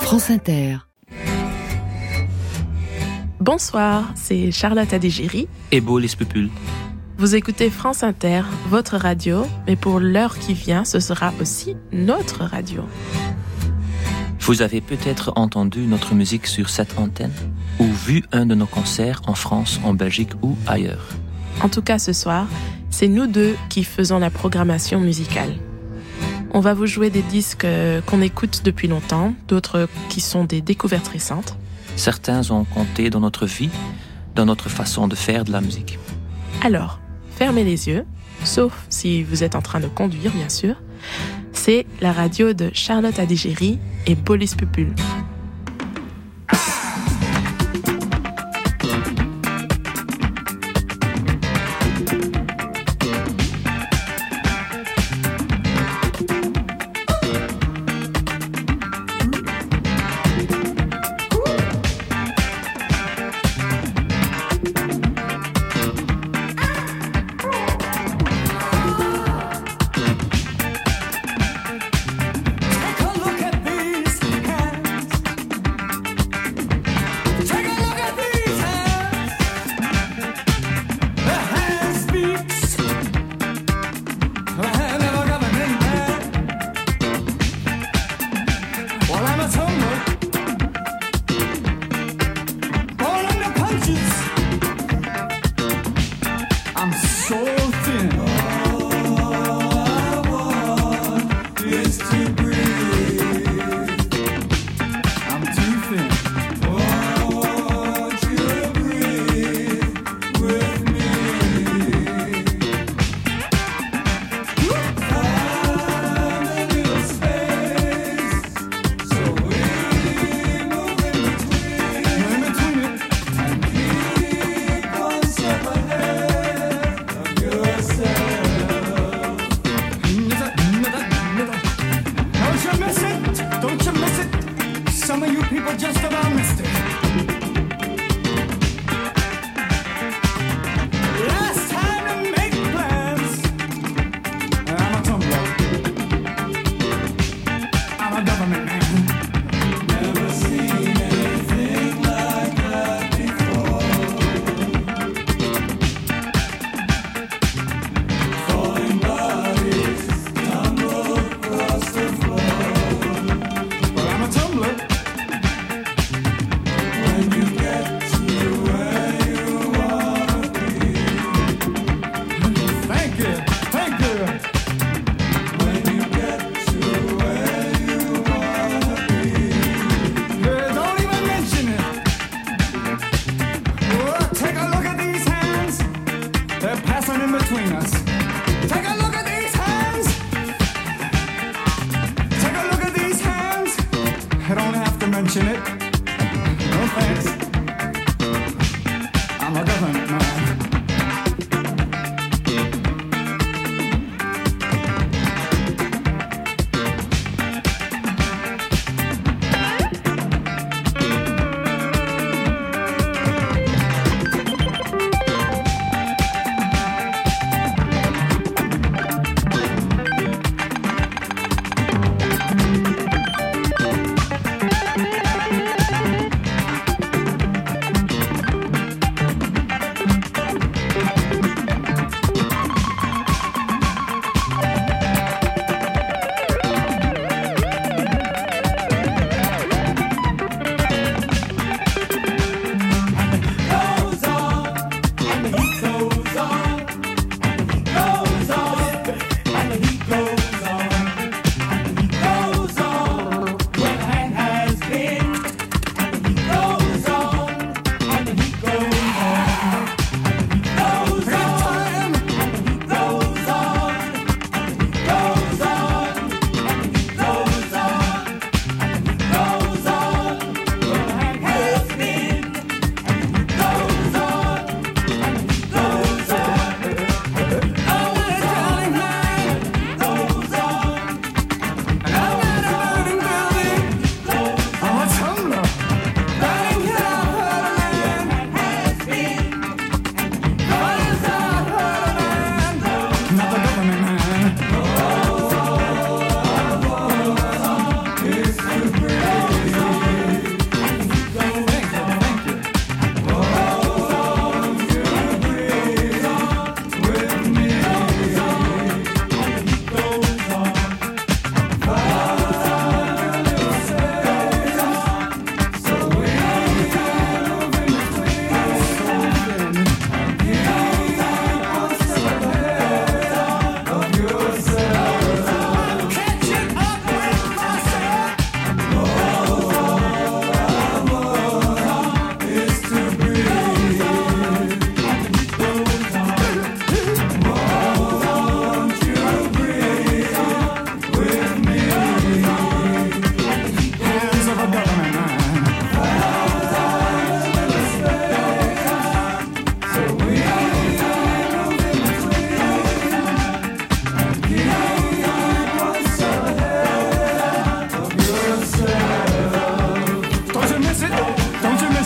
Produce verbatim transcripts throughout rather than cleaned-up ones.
France Inter. Bonsoir, c'est Charlotte Adégéry et Bolis Pupul. Vous écoutez France Inter, votre radio, mais pour l'heure qui vient, ce sera aussi notre radio. Vous avez peut-être entendu notre musique sur cette antenne ou vu un de nos concerts en France, en Belgique ou ailleurs. En tout cas, ce soir, c'est nous deux qui faisons la programmation musicale. On va vous jouer des disques qu'on écoute depuis longtemps, d'autres qui sont des découvertes récentes. Certains ont compté dans notre vie, dans notre façon de faire de la musique. Alors, fermez les yeux, sauf si vous êtes en train de conduire, bien sûr. C'est la radio de Charlotte Adégéry et Bolis Pupul.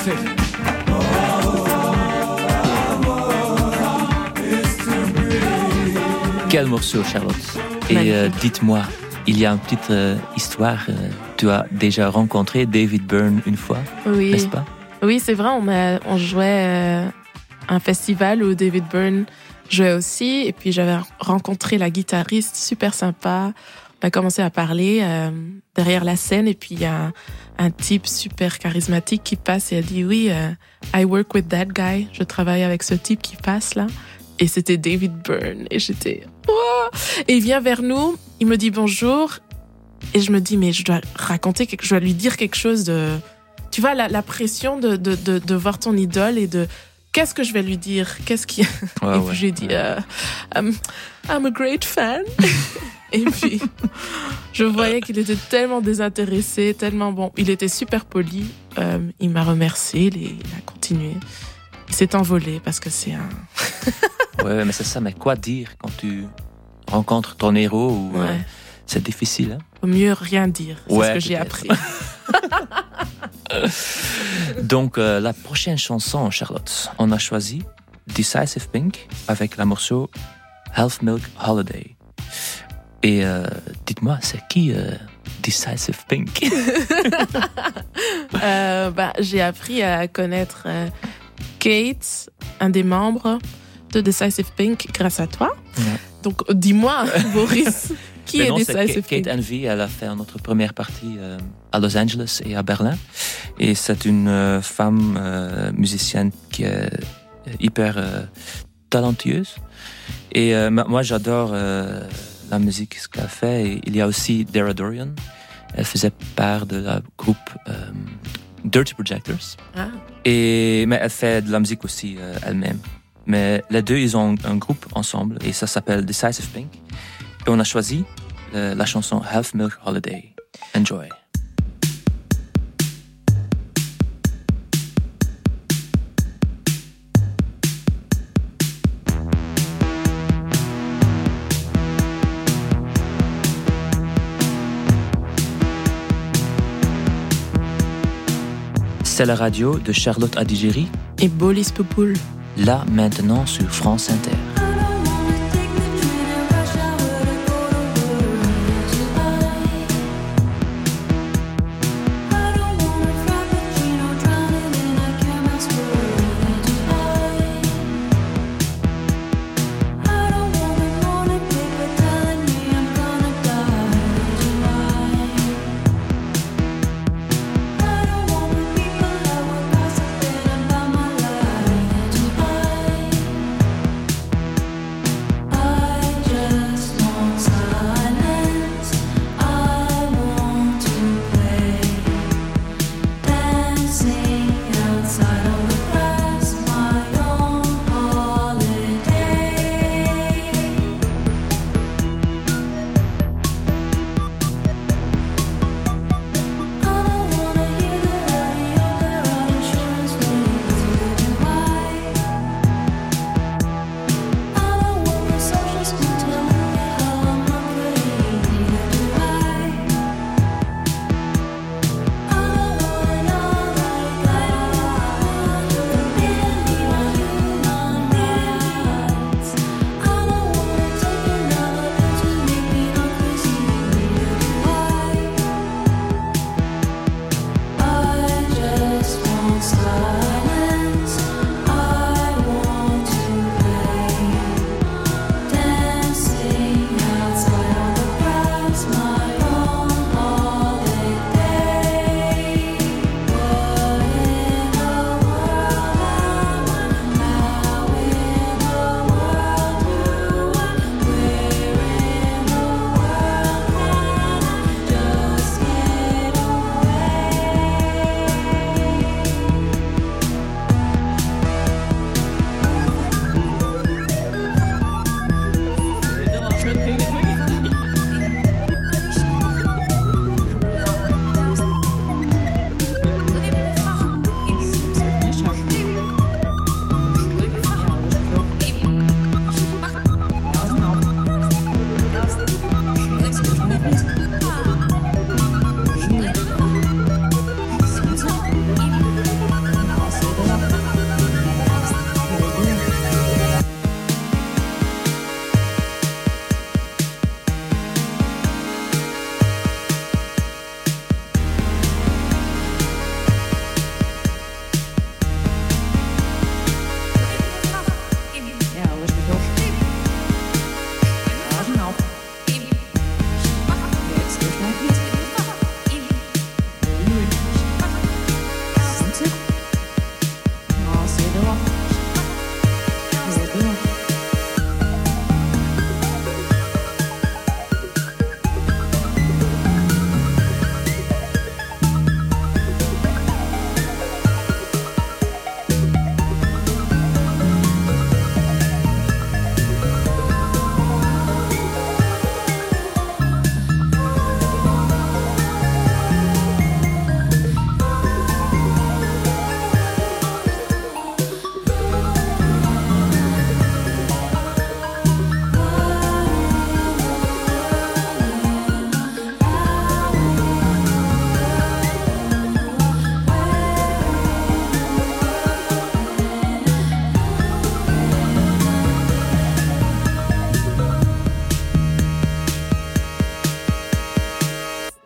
fait. Quel morceau, Charlotte. Et euh, dites-moi, il y a une petite euh, histoire. Euh, tu as déjà rencontré David Byrne une fois, oui. n'est-ce pas? Oui, c'est vrai. On, a, on jouait euh, un festival où David Byrne jouait aussi. Et puis, j'avais rencontré la guitariste, super sympa. On a commencé à parler euh, derrière la scène. Et puis, il y a un, un type super charismatique qui passe et a dit « Oui, euh, I work with that guy. Je travaille avec ce type qui passe là. » Et c'était David Byrne. Et j'étais... Oh! Et il vient vers nous, il me dit bonjour. Et je me dis, mais je dois raconter, quelque... je dois lui dire quelque chose de... Tu vois, la, la pression de, de, de, de voir ton idole et de... Qu'est-ce que je vais lui dire? Qu'est-ce qui... Ouais, et ouais. puis j'ai dit, uh, I'm, I'm a great fan. Et puis, je voyais qu'il était tellement désintéressé, tellement bon. Il était super poli. Euh, il m'a remercié, il a continué. Il s'est envolé parce que c'est un... Ouais, mais c'est ça. Mais quoi dire quand tu rencontres ton héros ou, Ouais. euh, c'est difficile, hein? Au mieux rien dire. C'est Ouais, ce que j'ai peut-être. appris. Donc, euh, la prochaine chanson, Charlotte, on a choisi Decisive Pink avec le morceau Half Milk Holiday. Et euh, dites-moi, c'est qui euh, Decisive Pink? euh, bah, j'ai appris à connaître euh, Kate, un des membres de Decisive Pink, grâce à toi. Ouais. Donc, dis-moi, Boris, qui Mais est non, c'est Decisive Kate Pink? Envy. Elle a fait notre première partie euh, à Los Angeles et à Berlin. Et c'est une euh, femme euh, musicienne qui est hyper euh, talentueuse. Et euh, moi, j'adore euh, la musique, ce qu'elle fait. Et il y a aussi Dara Dorian. Elle faisait part de la groupe euh, Dirty Projectors. Ah. Et, mais elle fait de la musique aussi euh, elle-même. Mais les deux, ils ont un groupe ensemble et ça s'appelle Decisive Pink. Et on a choisi euh, la chanson Half Milk Holiday. Enjoy. C'est la radio de Charlotte Adigéry, Et Bolis Poupoul. là maintenant sur France Inter.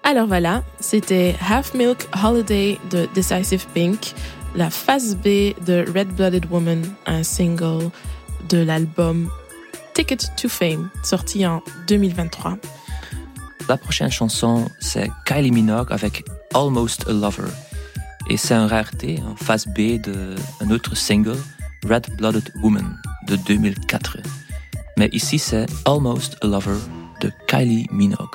Alors voilà, c'était Half Milk Holiday de Decisive Pink, la face B de Red Blooded Woman, un single de l'album Ticket to Fame, sorti en deux mille vingt-trois. La prochaine chanson, c'est Kylie Minogue avec Almost a Lover. Et c'est une rareté, en face B d'un autre single, Red Blooded Woman, de deux mille quatre. Mais ici, c'est Almost a Lover de Kylie Minogue.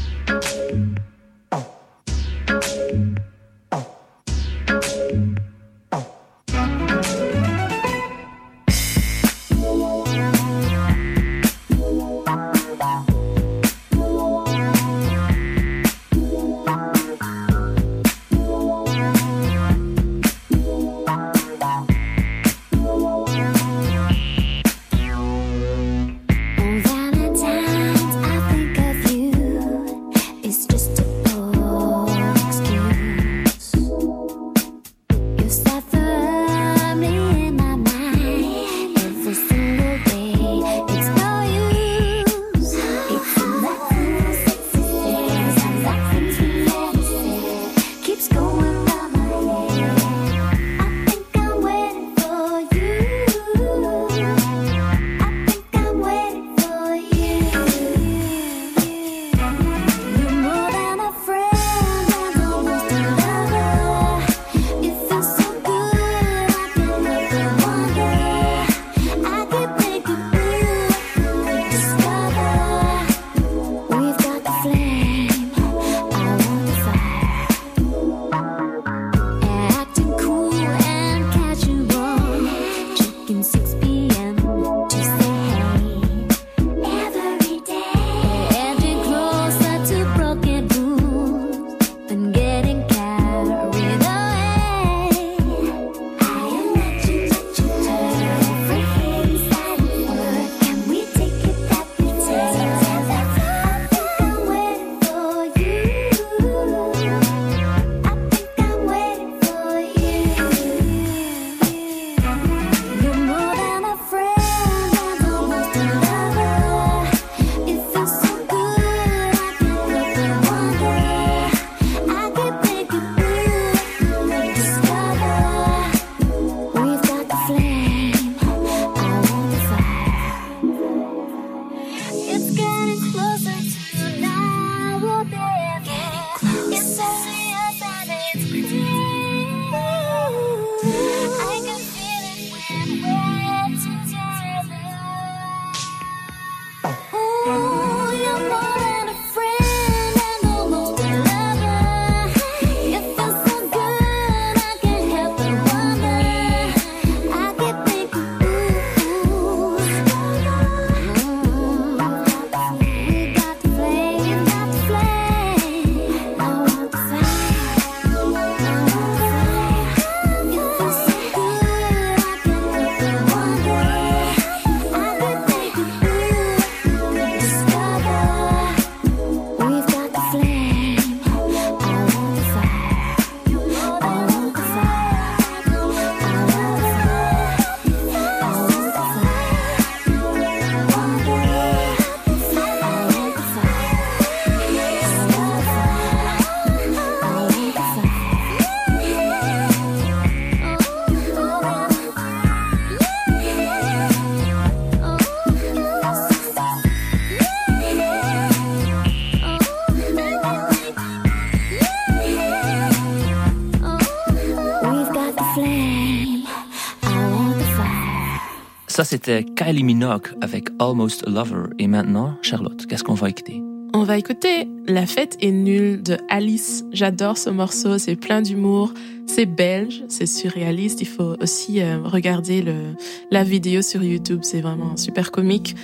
Ça, c'était Kylie Minogue avec Almost a Lover. Et maintenant, Charlotte, qu'est-ce qu'on va écouter? On va écouter La fête est nulle de Alice. J'adore ce morceau, c'est plein d'humour, c'est belge, c'est surréaliste. Il faut aussi euh, regarder le, la vidéo sur YouTube, c'est vraiment super comique.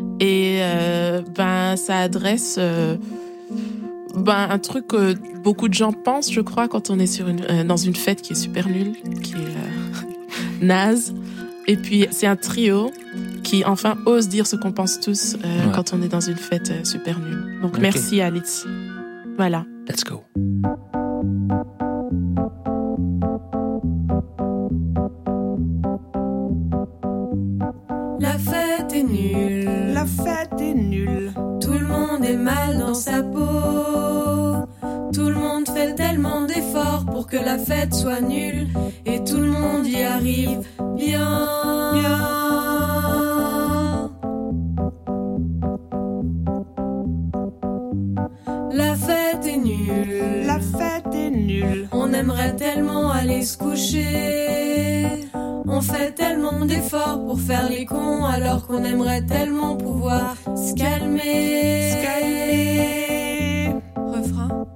Et euh, ben, ça adresse euh, ben, un truc que beaucoup de gens pensent, je crois, quand on est sur une, euh, dans une fête qui est super nulle, qui est euh, naze. Et puis, c'est un trio qui, enfin, ose dire ce qu'on pense tous euh, ouais. quand on est dans une fête euh, super nulle. Donc, okay. Merci, Alice. Voilà. Let's go. La fête est nulle. La fête est nulle. Tout le monde est mal dans sa peau. tellement d'efforts pour que la fête soit nulle, et tout le monde y arrive bien, bien. La fête est nulle, La fête est nulle. on aimerait tellement aller se coucher. On fait tellement d'efforts pour faire les cons, alors qu'on aimerait tellement pouvoir se calmer. Se calmer. Refrain.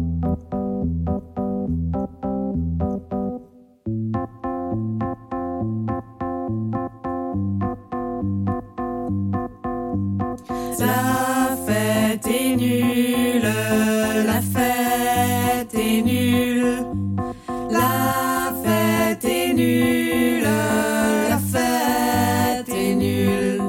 La fête est nulle, la fête est nulle, la fête est nulle, la fête est nulle,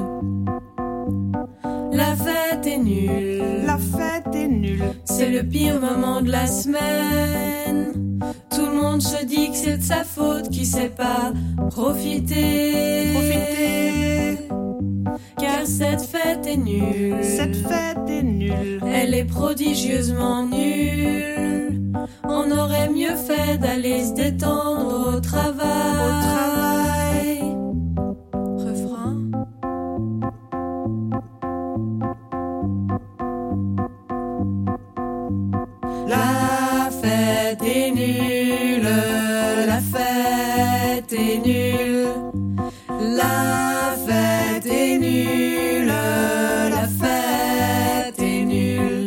la fête est nulle, La fête est nulle. c'est le pire moment de la semaine. Tout le monde se dit que c'est de sa faute, qui sait pas profiter. Profiter. Car cette fête est nulle. Cette fête est nulle. Elle est prodigieusement nulle. On aurait mieux fait d'aller se détendre au travail. Au travail. Refrain. La fête est nulle. La fête est nulle. La fête est nulle. La fête est nulle.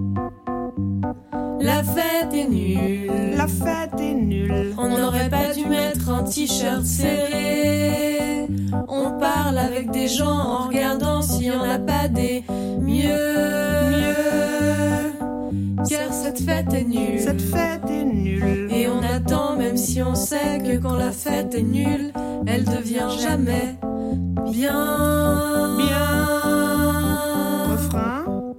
La fête est nulle. La fête est nulle. On n'aurait pas dû mettre un t-shirt serré. On parle avec des gens en regardant s'il y en a pas des mieux. Mieux. Car cette fête est nulle. Cette fête est nulle. Et on attend même si on sait que quand la fête est nulle, elle devient jamais bien. Bien. Refrain.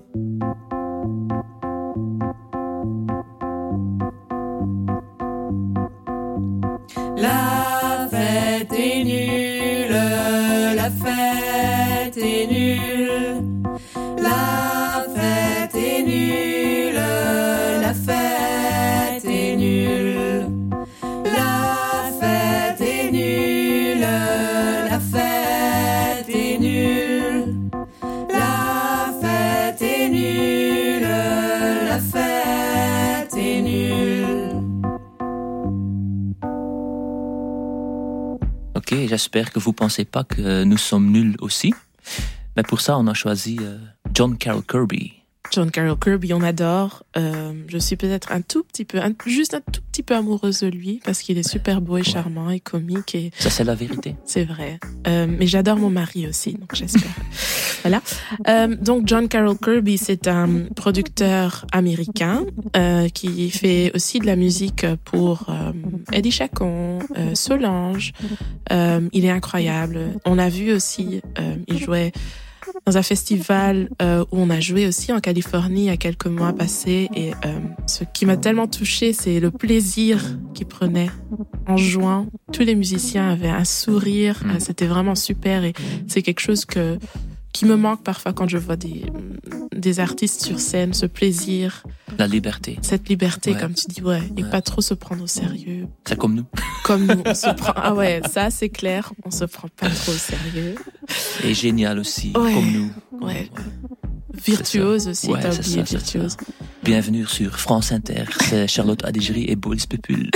La fête est nulle, la fête est nulle, la fête est nulle, la fête est nulle, la fête est nulle, la fête est nulle, la fête est nulle, la fête est nulle. Ok, j'espère que vous pensez pas que nous sommes nuls aussi. Mais pour ça, on a choisi euh, John Carroll Kirby. John Carroll Kirby, on adore. Euh, je suis peut-être un tout petit peu, un- juste un tout petit peu amoureuse de lui parce qu'il est super beau et charmant et comique et Ça, c'est la vérité. c'est vrai. Euh, mais j'adore mon mari aussi, donc j'espère. Voilà. Euh, donc John Carroll Kirby, c'est un producteur américain euh, qui fait aussi de la musique pour euh, Eddie Chacon, euh, Solange. Euh, il est incroyable. On l'a vu aussi, euh, il jouait dans un festival euh, où on a joué aussi en Californie il y a quelques mois passés. Et euh, ce qui m'a tellement touchée, c'est le plaisir qu'il prenait en jouant. Tous les musiciens avaient un sourire. Mm. Euh, c'était vraiment super. Et c'est quelque chose que qui me manque parfois quand je vois des, des artistes sur scène, ce plaisir, La liberté. cette liberté, Ouais. comme tu dis, ouais, et Ouais. pas trop se prendre au sérieux. C'est comme nous. Comme nous, on se prend. Ah ouais, ça c'est clair, on se prend pas trop au sérieux. Et génial aussi, Ouais. comme nous. Ouais. Virtuose aussi, Ouais, t'as c'est oublié ça, c'est virtuose. ça. Bienvenue sur France Inter. C'est Charlotte Adigéry et Boris Pepul.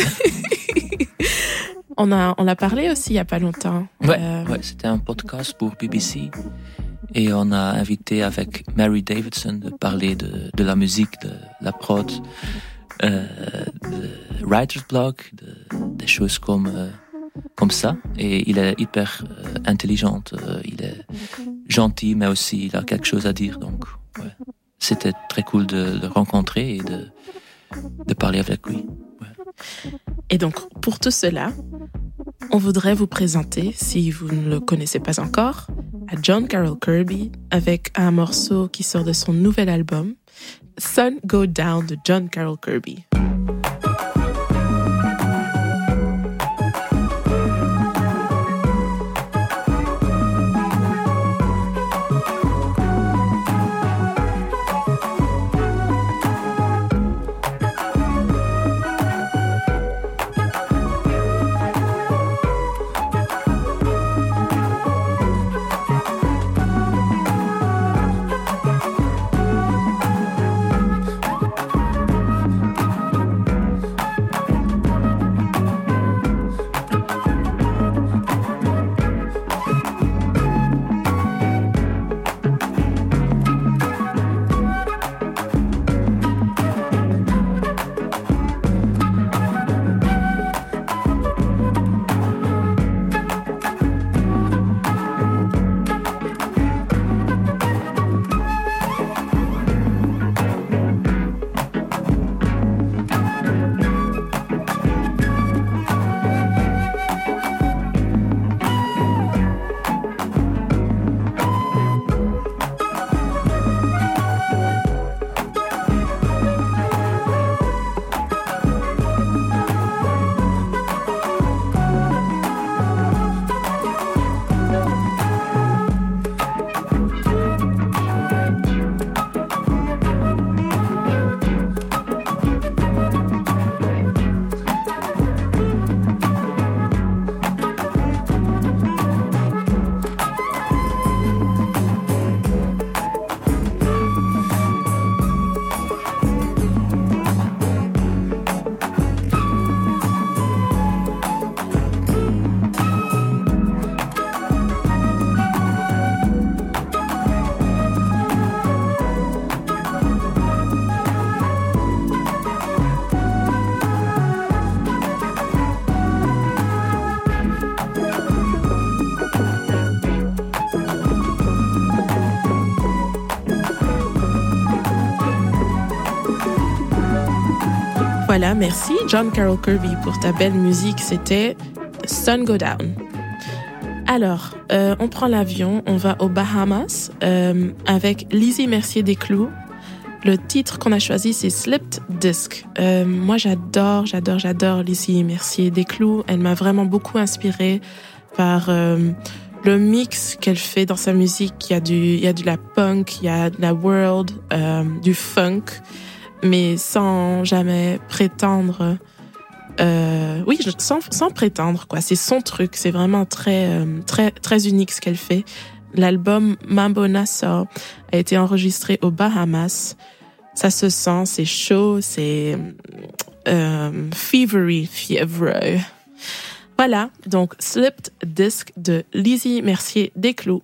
On a, on l'a parlé aussi il y a pas longtemps. Ouais, Euh, ouais, c'était un podcast pour B B C. Et on a invité avec Mary Davidson de parler de, de la musique, de la prod, euh, de writer's block, de, des choses comme, euh, comme ça. Et il est hyper euh, intelligent, euh, il est gentil, mais aussi il a quelque chose à dire. Donc, ouais. C'était très cool de le rencontrer et de, de parler avec lui. Ouais. Et donc, pour tout cela, on voudrait vous présenter, si vous ne le connaissez pas encore, à John Carroll Kirby avec un morceau qui sort de son nouvel album, Sun Go Down de John Carroll Kirby. Voilà, merci John Carroll Kirby pour ta belle musique. C'était Sun Go Down. Alors, euh, on prend l'avion, on va aux Bahamas euh, avec Lizzie Mercier Desclous. Le titre qu'on a choisi, c'est Slipped Disc. Euh, moi, j'adore, j'adore, j'adore Lizzie Mercier Desclous. Elle m'a vraiment beaucoup inspirée par euh, le mix qu'elle fait dans sa musique. Il y a du, il y a de la punk, il y a de la world, euh, du funk, mais sans jamais prétendre. Euh, oui, sans, sans prétendre, quoi. C'est son truc. C'est vraiment très, euh, très, très unique ce qu'elle fait. L'album Mambo Nassau a été enregistré aux Bahamas. Ça se sent, c'est chaud, c'est euh, fevery, fiévreux. Voilà, donc Slipped Disc de Lizzie Mercier Desclous.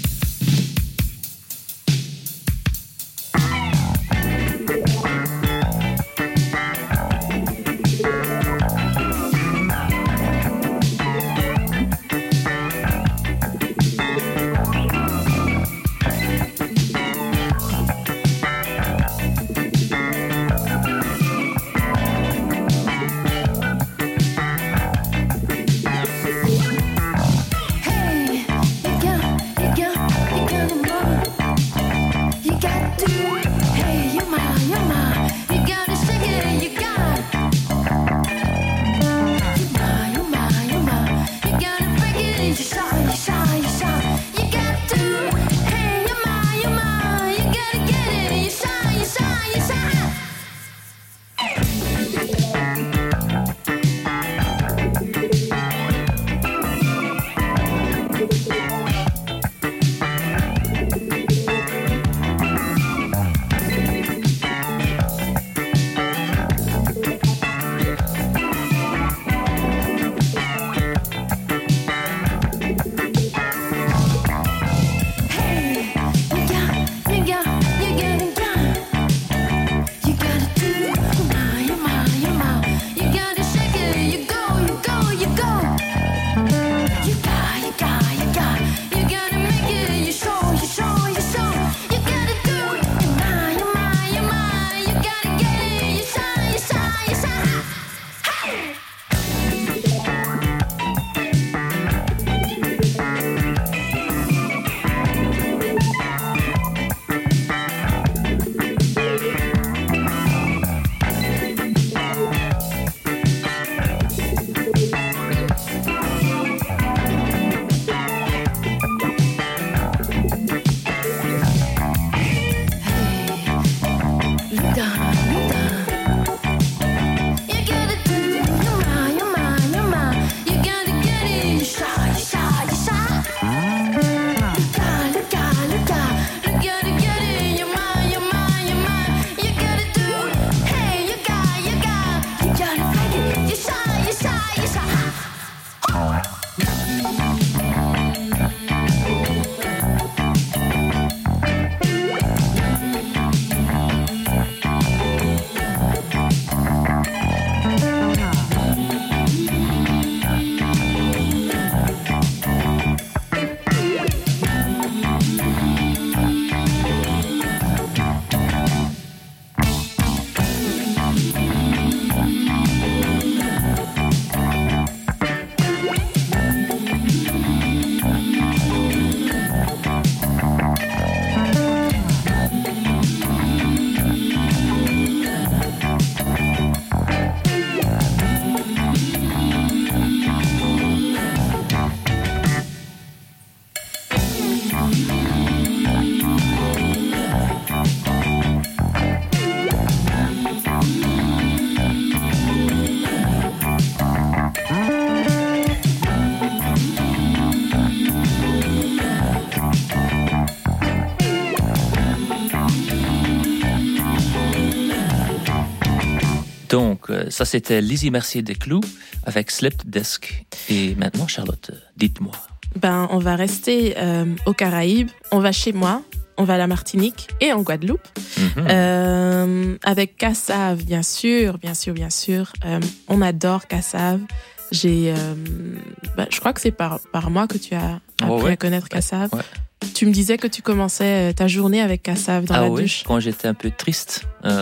Donc, ça c'était Lizzie Mercier Desclous avec Slipped Disc. Et maintenant, Charlotte, dites-moi. Ben, on va rester euh, aux Caraïbes. On va chez moi. On va à la Martinique et en Guadeloupe. Mm-hmm. Euh, avec Kassav, bien sûr, bien sûr, bien sûr. Euh, on adore Kassav. J'ai, euh, ben, je crois que c'est par, par moi que tu as appris oh ouais. à connaître Kassav. Ouais. Tu me disais que tu commençais ta journée avec Kassav dans ah la oui, douche. Quand j'étais un peu triste. Euh...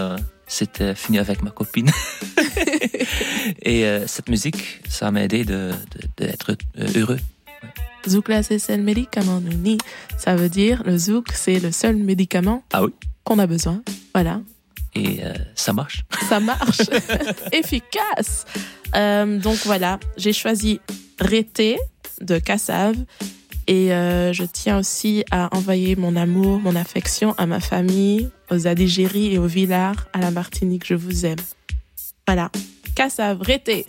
c'était fini avec ma copine. Et euh, cette musique, ça m'a aidé de, de, d'être heureux. Zouk la c'est le médicament nouni. Ça veut dire le zouk, c'est le seul médicament ah oui. qu'on a besoin. Voilà. Et euh, ça marche. Ça marche. Efficace. Euh, donc voilà, j'ai choisi Rété de Kassav. Et euh, je tiens aussi à envoyer mon amour, mon affection à ma famille, aux Adigéries et aux Villars, à la Martinique. Je vous aime. Voilà. Kassav, Rété.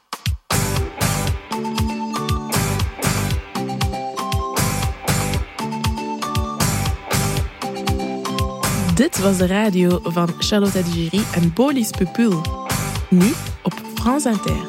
Dit was de radio van Charlotte Adigéry en Bolis Pupul. Nu op France Inter.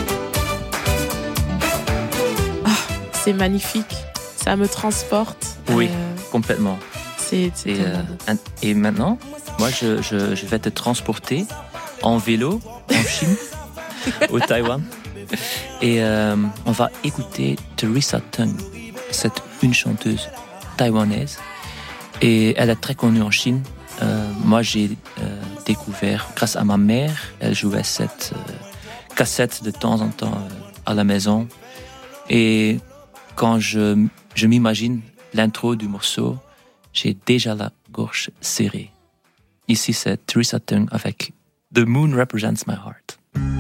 C'est magnifique, ça me transporte. Oui, Euh, complètement. c'est, c'est Et, tellement euh, beau. un- et maintenant, moi, je, je, je vais te transporter en vélo en Chine, au Taïwan. Et euh, on va écouter Teresa Tung. C'est une chanteuse taïwanaise. Et elle est très connue en Chine. Euh, moi, j'ai euh, découvert, grâce à ma mère, elle jouait cette euh, cassette de temps en temps euh, à la maison. Et quand je, je m'imagine l'intro du morceau, j'ai déjà la gorge serrée. Ici, c'est Teresa Tung avec The Moon Represents My Heart.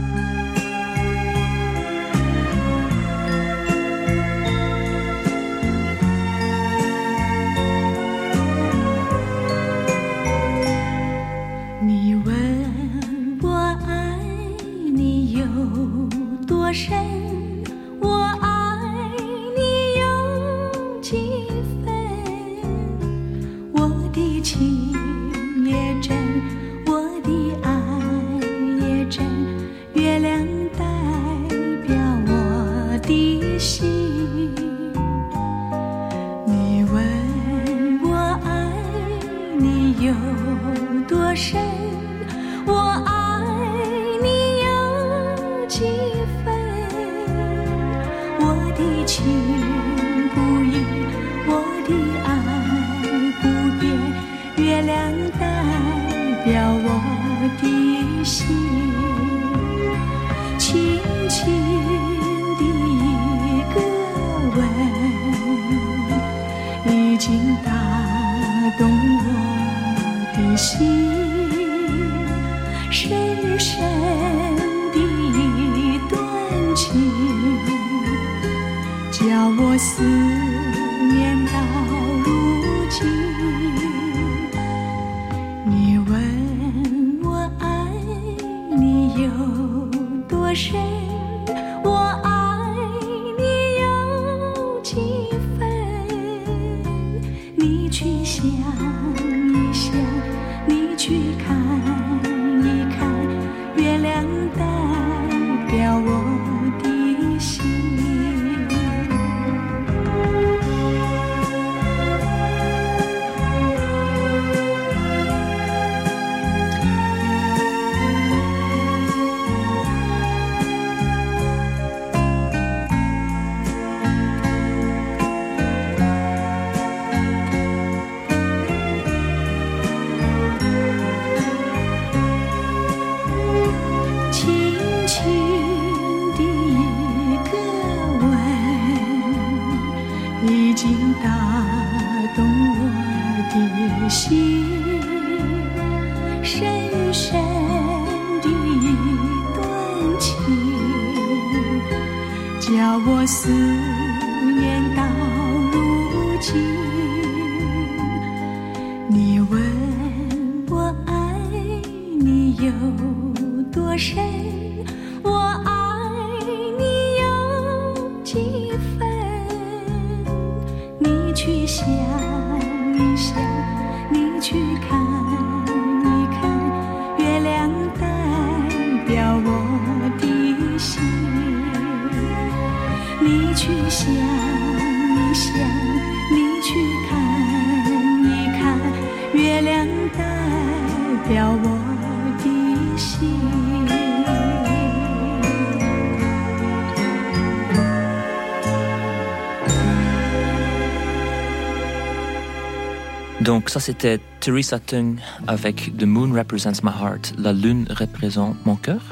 Donc ça c'était Teresa Tung avec The Moon Represents My Heart, la lune représente mon cœur.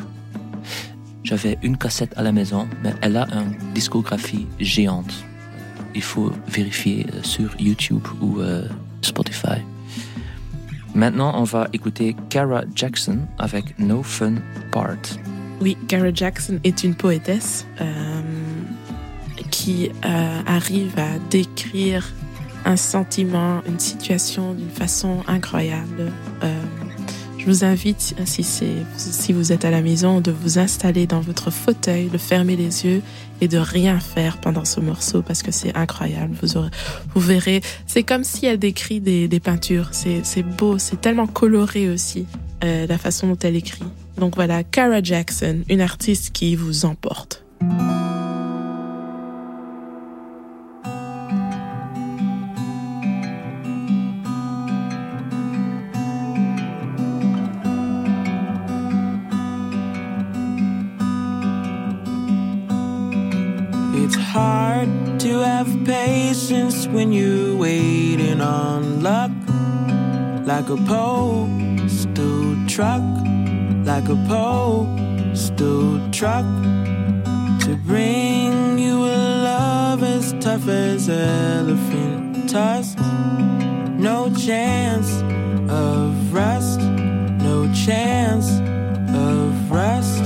J'avais une cassette à la maison, mais elle a une discographie géante. Il faut vérifier sur YouTube ou euh, Spotify. Maintenant, on va écouter Cara Jackson avec No Fun Part. Oui, Cara Jackson est une poétesse euh, qui euh, arrive à décrire un sentiment, une situation d'une façon incroyable. Euh, je vous invite, si, c'est, si vous êtes à la maison, de vous installer dans votre fauteuil, de fermer les yeux et de rien faire pendant ce morceau parce que c'est incroyable. Vous, aurez, vous verrez, c'est comme si elle décrit des, des peintures. C'est, c'est beau, c'est tellement coloré aussi, euh, la façon dont elle écrit. Donc voilà, Cara Jackson, une artiste qui vous emporte. to have patience when you're waiting on luck. Like a postal truck, like a postal truck, to bring you a love as tough as elephant tusks. No chance of rust, no chance of rust.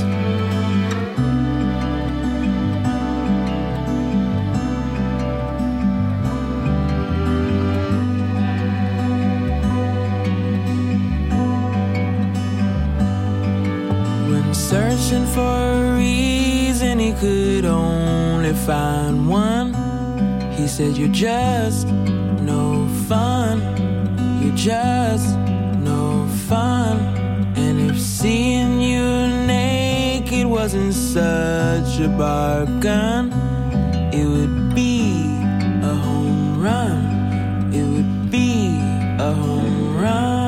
When searching for a reason he could only find one, he said, "You're just no fun, you're just no fun." And if seeing you naked wasn't such a bargain, it would be a home run, it would be a home run.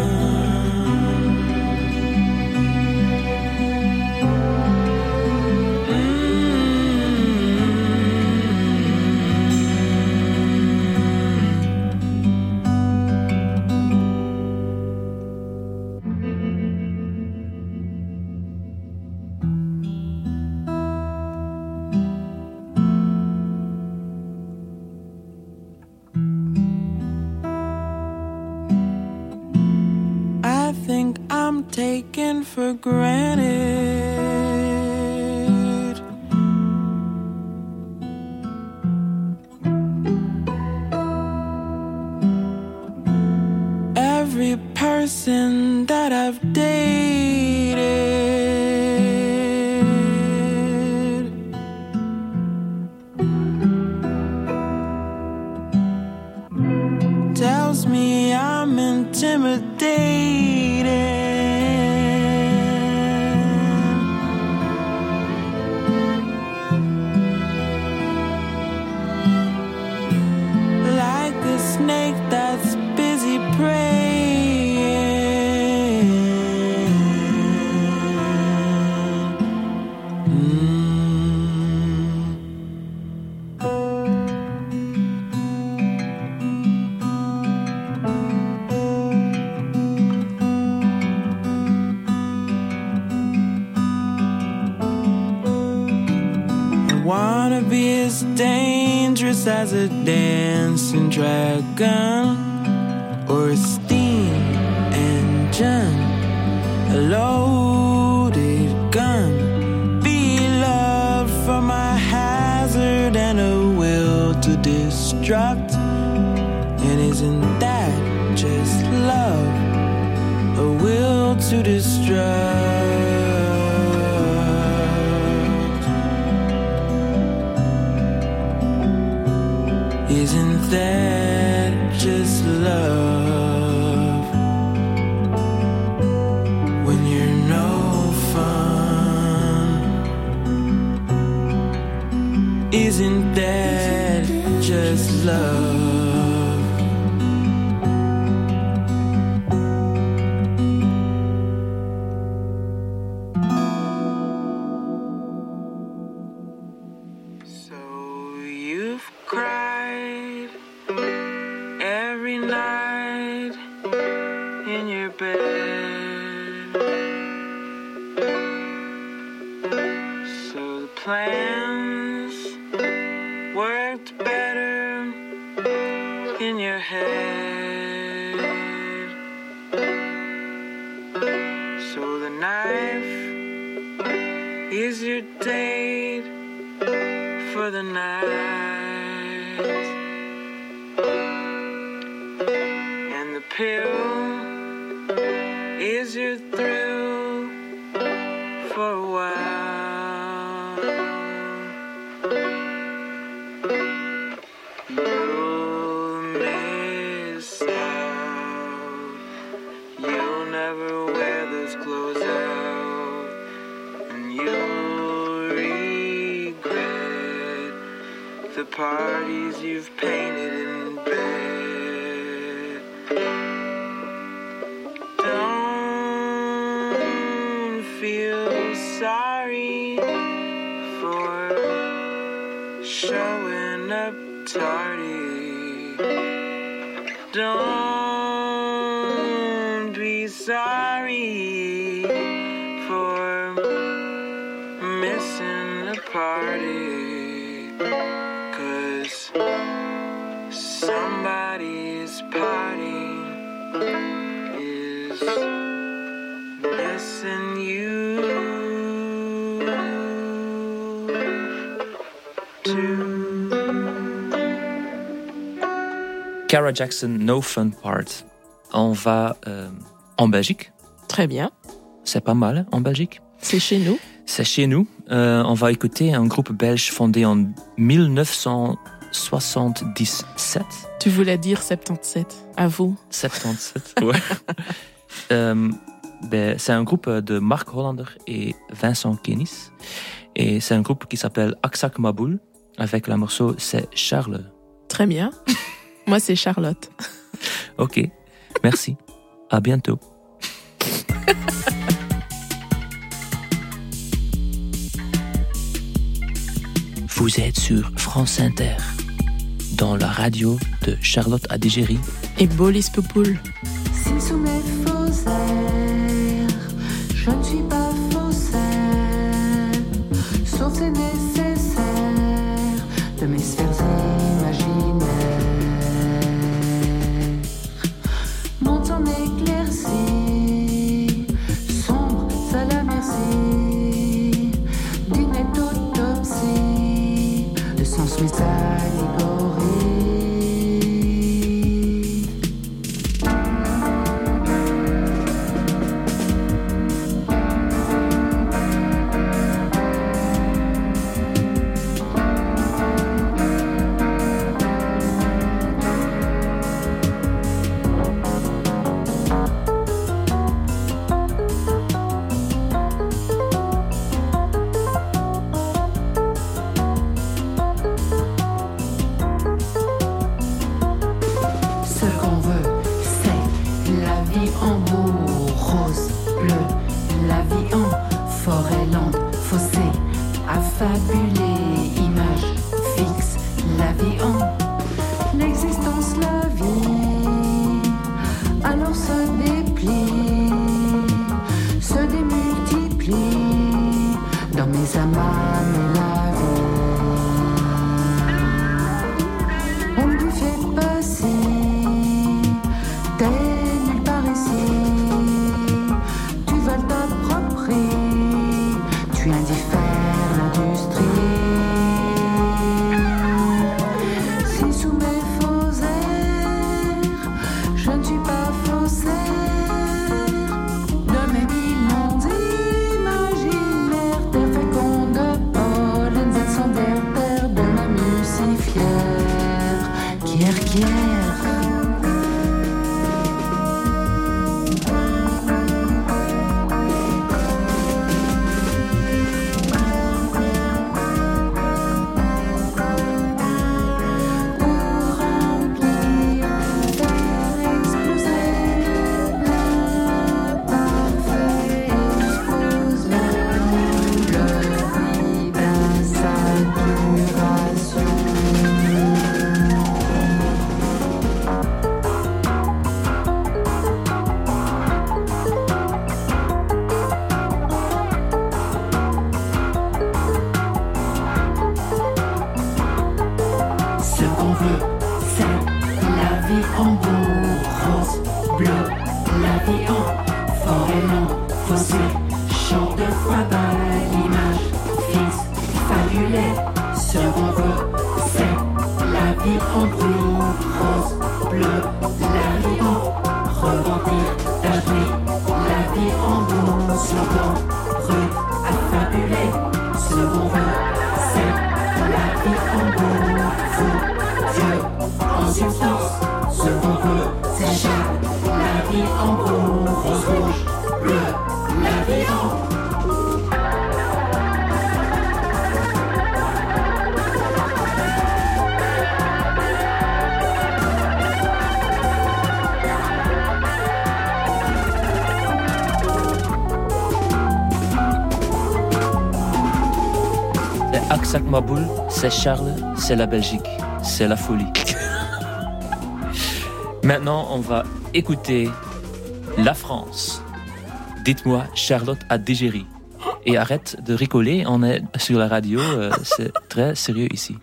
Taken for granted. Every person that I've dated tells me I'm intimidated. Snake that's busy praying. Mm. I wanna be as dangerous as a dancing dragon, or a steam engine, a loaded gun. Be loved for my hazard and a will to destruct. And isn't that just love? A will to destruct. Isn't that just love? When you're no fun, isn't that just love? So you've cried every night in your bed. So the plans worked better in your head. So the knife is your date for the night. And the pill is your thrill for a while. You'll miss out. You'll never wear those clothes out. And you'll regret the parties you've painted in bed. Don't feel sorry for showing up tardy. Don't be sorry for missing the party, 'cause somebody's party is missing you too. Cara Jackson, No Fun Part. On va euh, en Belgique. Très bien. C'est pas mal en Belgique. C'est chez nous. C'est chez nous. Euh, on va écouter un groupe belge fondé en dix-neuf cent soixante-dix-sept. Tu voulais dire soixante-dix-sept. À vous. soixante-dix-sept, ouais. euh, ben, c'est un groupe de Mark Hollander et Vincent Kénis. Et c'est un groupe qui s'appelle Aksak Maboul. Avec la morceau, c'est Charles. Très bien. Moi, c'est Charlotte. Ok, merci. À bientôt. Vous êtes sur France Inter, dans la radio de Charlotte Adigéry et Bolis Poupoul. Si sous mes faux airs, je ne suis pas faussaire, sauf c'est nécessaire de mes sphères imaginaires. Mon temps éclairci, sombre, à la merci d'une nette autopsie de sens mes allégories. Aksak Maboul, c'est Charles, c'est la Belgique, c'est la folie. Maintenant, on va écouter la France. Dites-moi, Charlotte a digéré. Et arrête de rigoler, on est sur la radio, euh, c'est très sérieux ici.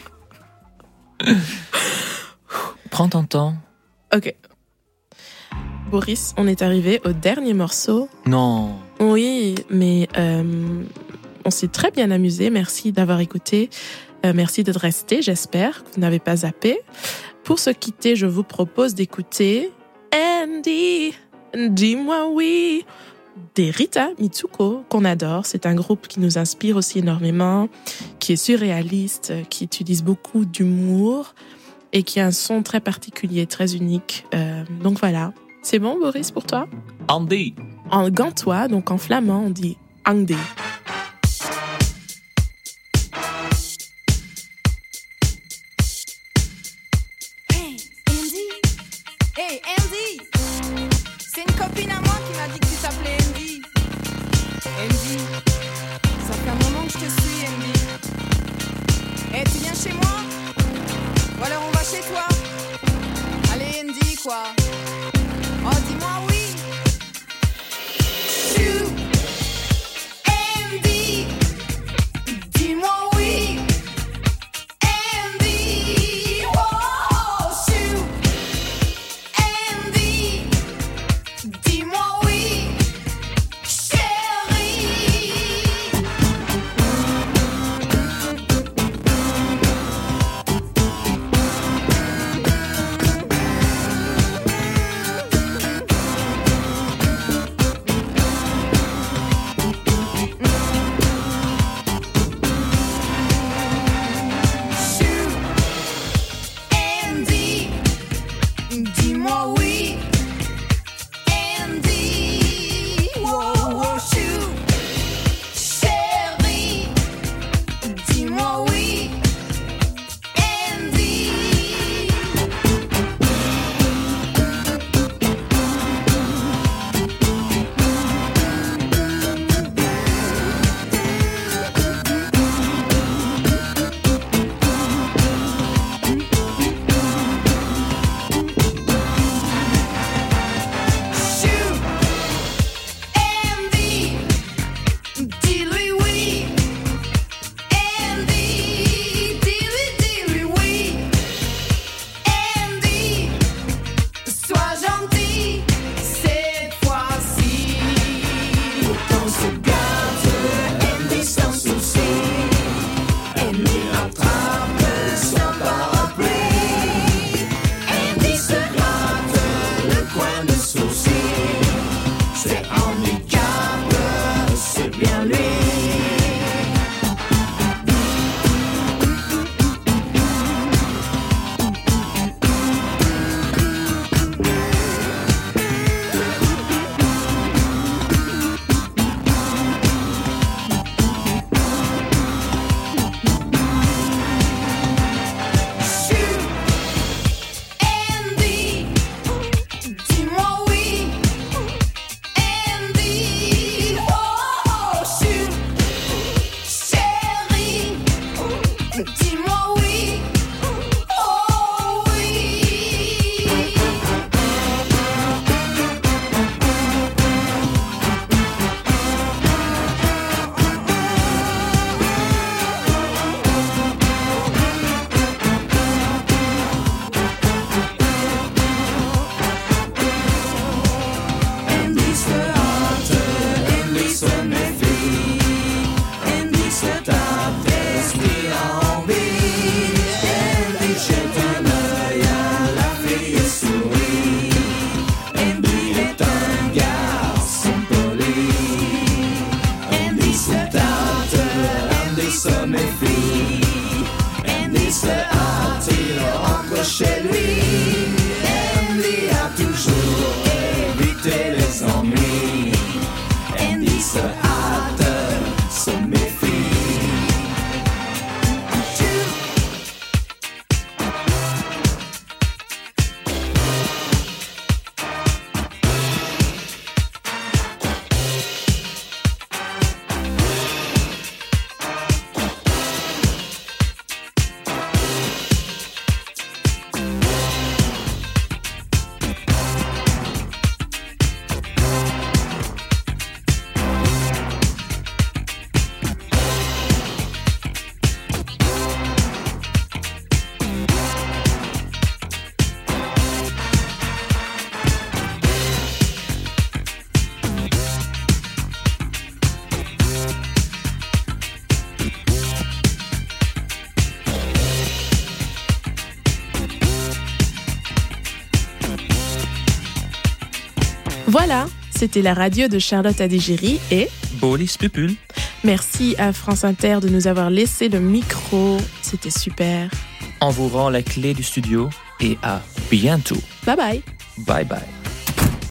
Prends ton temps. Ok. Boris, on est arrivé au dernier morceau. Non. Oui, mais euh, on s'est très bien amusé. Merci d'avoir écouté. Euh, merci de rester, j'espère que vous n'avez pas zappé. Pour se quitter, je vous propose d'écouter Andy, dis-moi oui, des Rita Mitsuko, qu'on adore. C'est un groupe qui nous inspire aussi énormément, qui est surréaliste, qui utilise beaucoup d'humour et qui a un son très particulier, très unique. Euh, donc voilà. C'est bon, Boris, pour toi? Andy. En gantois, donc en flamand, on dit Andy. Hey, Andy! Hey, Andy! C'est une copine à moi qui m'a dit que tu t'appelais Andy. Andy, ça fait un moment que je te suis, Andy. Hey, tu viens chez moi? Ou alors on va chez toi? Allez, Andy, quoi. Oh, dis-moi oui. Chou, Andy, dis-moi oui. Andy, oh, chou, Andy, dis-moi oui, chérie. Voilà, c'était la radio de Charlotte Adigéry et Bolis Pupul. Merci à France Inter de nous avoir laissé le micro. C'était super. On vous rend la clé du studio et à bientôt. Bye bye. Bye bye.